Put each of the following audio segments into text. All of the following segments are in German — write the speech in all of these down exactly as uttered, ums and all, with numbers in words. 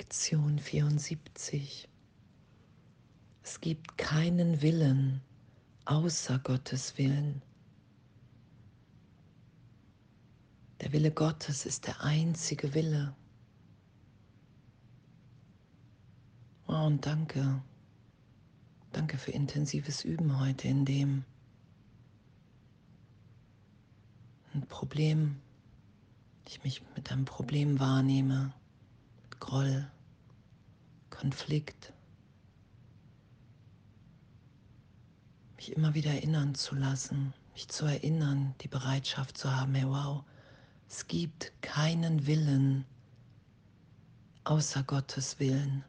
Lektion vierundsiebzig. Es gibt keinen Willen außer Gottes Willen. Der Wille Gottes ist der einzige Wille. Oh, und danke. Danke für intensives Üben heute, in dem ein Problem, ich mich mit einem Problem wahrnehme, mit Groll, Konflikt, mich immer wieder erinnern zu lassen, mich zu erinnern, die Bereitschaft zu haben, hey wow, es gibt keinen Willen außer Gottes Willen.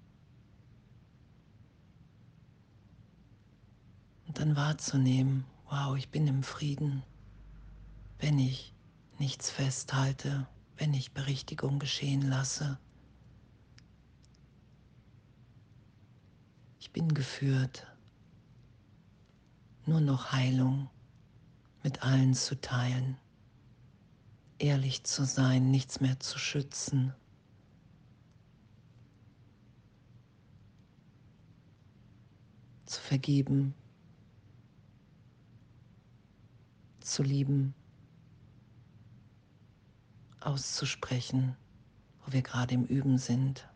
Und dann wahrzunehmen, wow, ich bin im Frieden, wenn ich nichts festhalte, wenn ich Berichtigung geschehen lasse. Ich bin geführt, nur noch Heilung mit allen zu teilen, ehrlich zu sein, nichts mehr zu schützen. Zu vergeben, zu lieben, auszusprechen, wo wir gerade im Üben sind.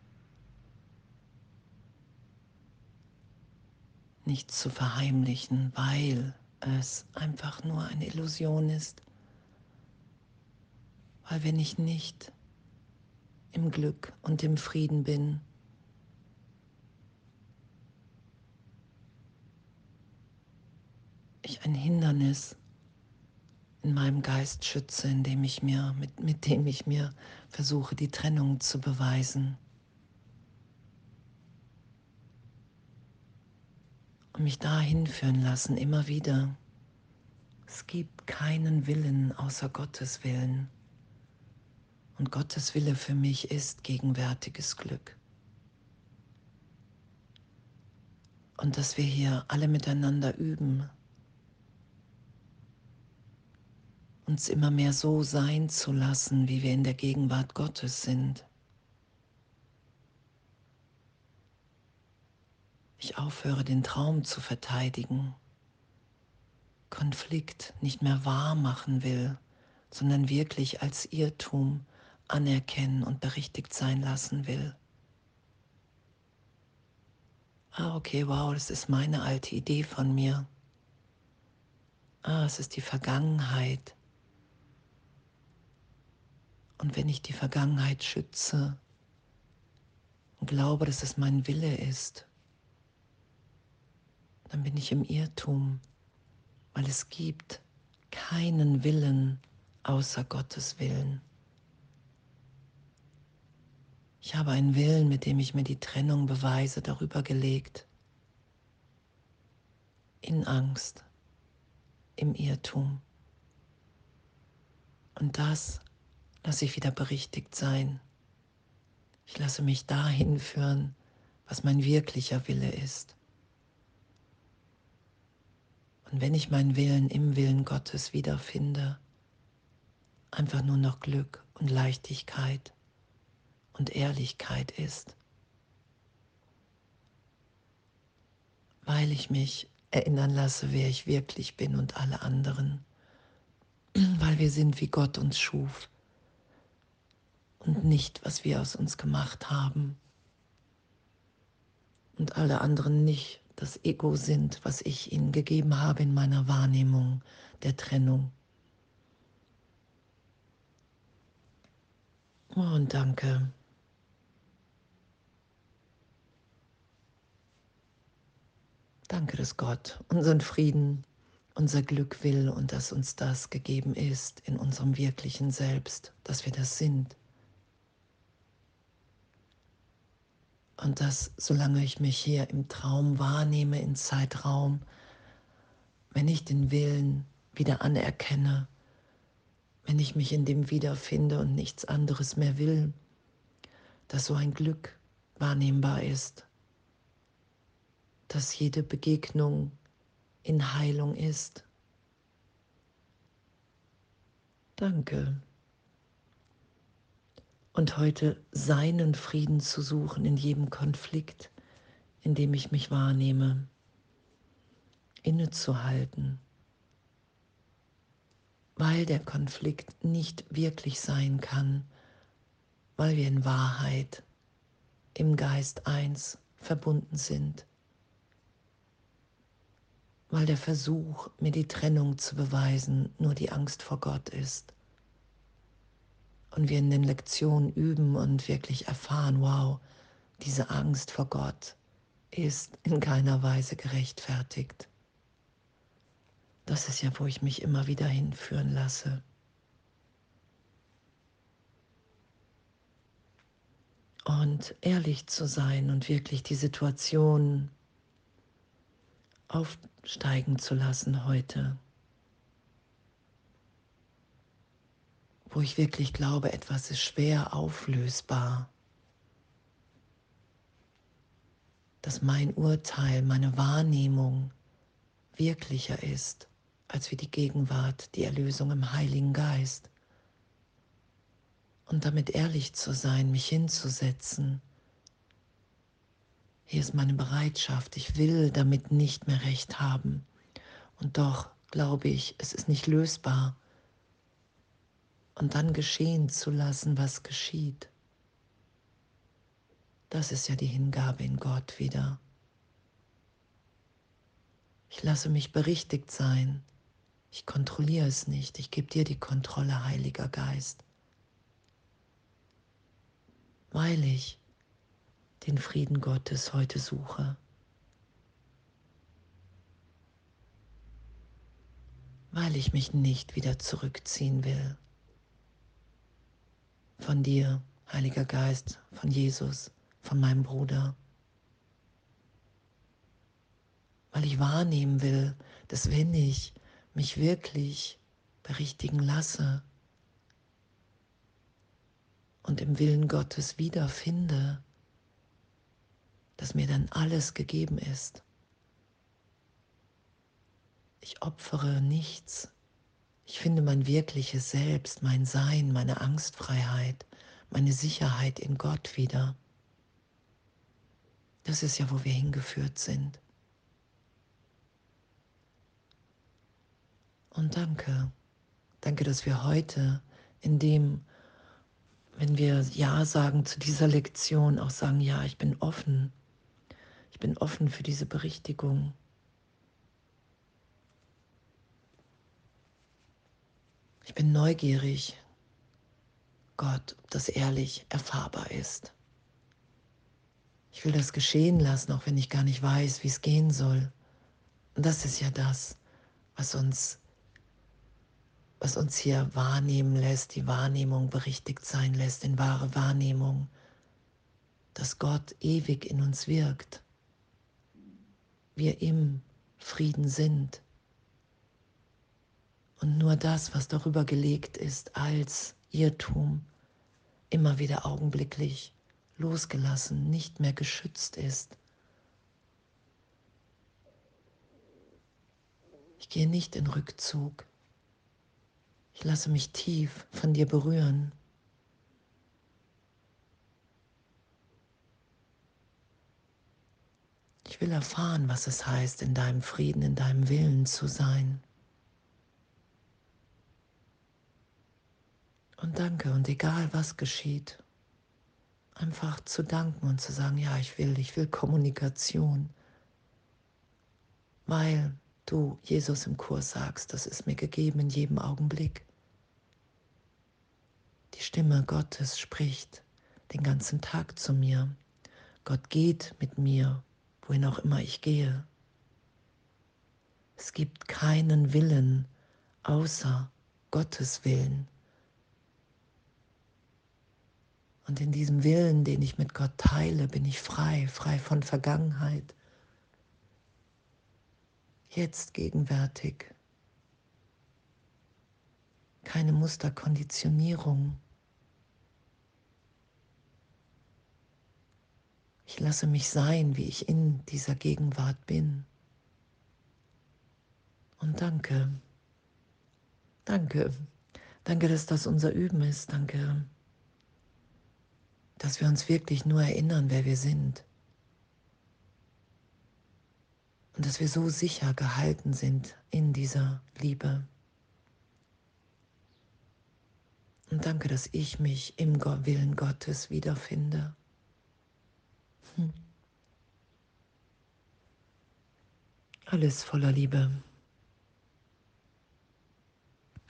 Nichts zu verheimlichen, weil es einfach nur eine Illusion ist. Weil wenn ich nicht im Glück und im Frieden bin, ich ein Hindernis in meinem Geist schütze, indem ich mir, mit, mit dem ich mir versuche, die Trennung zu beweisen. Und mich dahin führen lassen, immer wieder. Es gibt keinen Willen außer Gottes Willen. Und Gottes Wille für mich ist gegenwärtiges Glück. Und dass wir hier alle miteinander üben, uns immer mehr so sein zu lassen, wie wir in der Gegenwart Gottes sind. Ich aufhöre, den Traum zu verteidigen, Konflikt nicht mehr wahr machen will, sondern wirklich als Irrtum anerkennen und berichtigt sein lassen will. Ah, okay, wow, das ist meine alte Idee von mir. Ah, es ist die Vergangenheit. Und wenn ich die Vergangenheit schütze und glaube, dass es mein Wille ist, dann bin ich im Irrtum, weil es gibt keinen Willen außer Gottes Willen. Ich habe einen Willen, mit dem ich mir die Trennung beweise, darüber gelegt. In Angst, im Irrtum. Und das lasse ich wieder berichtigt sein. Ich lasse mich dahin führen, was mein wirklicher Wille ist. Und wenn ich meinen Willen im Willen Gottes wiederfinde, einfach nur noch Glück und Leichtigkeit und Ehrlichkeit ist, weil ich mich erinnern lasse, wer ich wirklich bin und alle anderen, weil wir sind, wie Gott uns schuf und nicht, was wir aus uns gemacht haben und alle anderen nicht das Ego sind, was ich ihnen gegeben habe in meiner Wahrnehmung der Trennung. Oh, und danke. Danke, dass Gott unseren Frieden, unser Glück will und dass uns das gegeben ist in unserem wirklichen Selbst, dass wir das sind. Und dass, solange ich mich hier im Traum wahrnehme, in Zeitraum, wenn ich den Willen wieder anerkenne, wenn ich mich in dem wiederfinde und nichts anderes mehr will, dass so ein Glück wahrnehmbar ist, dass jede Begegnung in Heilung ist. Danke. und heute seinen Frieden zu suchen in jedem Konflikt, in dem ich mich wahrnehme, innezuhalten, weil der Konflikt nicht wirklich sein kann, weil wir in Wahrheit im Geist eins verbunden sind, weil der Versuch, mir die Trennung zu beweisen, nur die Angst vor Gott ist. Und wir in den Lektionen üben und wirklich erfahren, wow, diese Angst vor Gott ist in keiner Weise gerechtfertigt. Das ist ja, wo ich mich immer wieder hinführen lasse. Und ehrlich zu sein und wirklich die Situation aufsteigen zu lassen heute, wo ich wirklich glaube, etwas ist schwer auflösbar, dass mein Urteil, meine Wahrnehmung wirklicher ist, als wie die Gegenwart, die Erlösung im Heiligen Geist. Und damit ehrlich zu sein, mich hinzusetzen. Hier ist meine Bereitschaft, ich will damit nicht mehr recht haben. Und doch glaube ich, es ist nicht lösbar. Und dann geschehen zu lassen, was geschieht. Das ist ja die Hingabe in Gott wieder. Ich lasse mich berichtigt sein. Ich kontrolliere es nicht. Ich gebe dir die Kontrolle, Heiliger Geist. Weil ich den Frieden Gottes heute suche. Weil ich mich nicht wieder zurückziehen will. Von dir, Heiliger Geist, von Jesus, von meinem Bruder. Weil ich wahrnehmen will, dass wenn ich mich wirklich berichtigen lasse und im Willen Gottes wiederfinde, dass mir dann alles gegeben ist. Ich opfere nichts. Ich finde mein wirkliches Selbst, mein Sein, meine Angstfreiheit, meine Sicherheit in Gott wieder. Das ist ja, wo wir hingeführt sind. Und danke, danke, dass wir heute in dem, wenn wir Ja sagen zu dieser Lektion, auch sagen, ja, ich bin offen. Ich bin offen für diese Berichtigung. Ich bin neugierig, Gott, ob das ehrlich erfahrbar ist. Ich will das geschehen lassen, auch wenn ich gar nicht weiß, wie es gehen soll. Und das ist ja das, was uns, was uns hier wahrnehmen lässt, die Wahrnehmung berichtigt sein lässt, in wahre Wahrnehmung, dass Gott ewig in uns wirkt. Wir im Frieden sind. Und nur das, was darüber gelegt ist als Irrtum, immer wieder augenblicklich losgelassen, nicht mehr geschützt ist. Ich gehe nicht in Rückzug. Ich lasse mich tief von dir berühren. Ich will erfahren, was es heißt, in deinem Frieden, in deinem Willen zu sein. Und danke, und egal was geschieht, einfach zu danken und zu sagen, ja, ich will, ich will Kommunikation, weil du, Jesus, im Kurs sagst, das ist mir gegeben in jedem Augenblick. Die Stimme Gottes spricht den ganzen Tag zu mir. Gott geht mit mir, wohin auch immer ich gehe. Es gibt keinen Willen außer Gottes Willen. Und in diesem Willen, den ich mit Gott teile, bin ich frei, frei von Vergangenheit. Jetzt gegenwärtig. Keine Musterkonditionierung. Ich lasse mich sein, wie ich in dieser Gegenwart bin. Und danke. Danke. Danke, dass das unser Üben ist. Danke. dass wir uns wirklich nur erinnern, wer wir sind. Und dass wir so sicher gehalten sind in dieser Liebe. Und danke, dass ich mich im Willen Gottes wiederfinde. Hm. Alles voller Liebe.